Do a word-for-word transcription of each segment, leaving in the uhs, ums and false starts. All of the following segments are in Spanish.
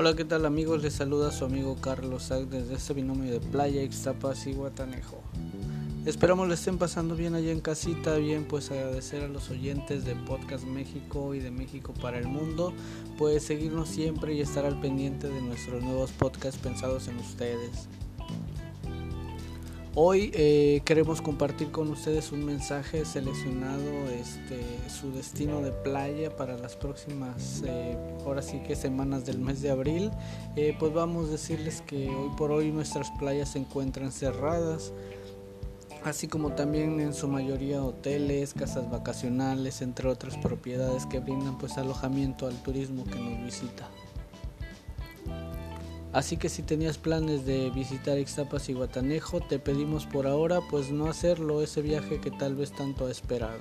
Hola, ¿qué tal amigos? Les saluda su amigo Carlos Sack desde este binomio de Playa, Ixtapas y Guatanejo. Esperamos le estén pasando bien allá en casita. Bien, pues agradecer a los oyentes de Podcast México y de México para el Mundo, pues seguirnos siempre y estar al pendiente de nuestros nuevos podcasts pensados en ustedes. Hoy eh, queremos compartir con ustedes un mensaje seleccionado, este, su destino de playa para las próximas, eh, ahora sí que semanas del mes de abril. Eh, pues vamos a decirles que hoy por hoy nuestras playas se encuentran cerradas, así como también en su mayoría hoteles, casas vacacionales, entre otras propiedades que brindan pues alojamiento al turismo que nos visita. Así que si tenías planes de visitar Ixtapas y Guatanejo, te pedimos por ahora pues no hacerlo, ese viaje que tal vez tanto has esperado.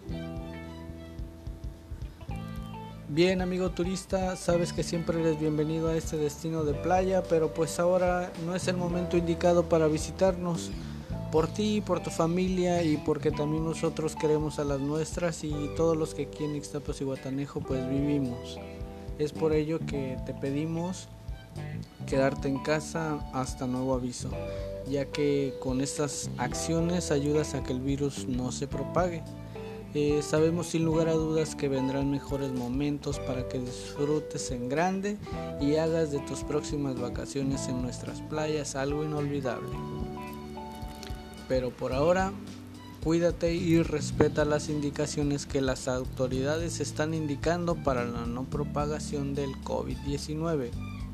Bien, amigo turista, sabes que siempre eres bienvenido a este destino de playa, pero pues ahora no es el momento indicado para visitarnos. Por ti, por tu familia y porque también nosotros queremos a las nuestras y todos los que aquí en Ixtapas y Guatanejo pues vivimos. Es por ello que te pedimos quedarte en casa hasta nuevo aviso, ya que con estas acciones ayudas a que el virus no se propague. Eh, sabemos sin lugar a dudas que vendrán mejores momentos para que disfrutes en grande y hagas de tus próximas vacaciones en nuestras playas algo inolvidable. Pero por ahora, cuídate y respeta las indicaciones que las autoridades están indicando para la no propagación del covid diecinueve.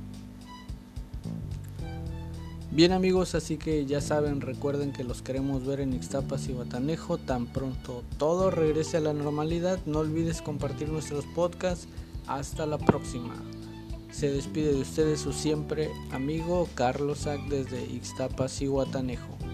Bien amigos, así que ya saben, recuerden que los queremos ver en Ixtapas y Guatanejo tan pronto todo regrese a la normalidad. No olvides compartir nuestros podcasts. Hasta la próxima. Se despide de ustedes su siempre amigo Carlos Sack desde Ixtapas y Guatanejo.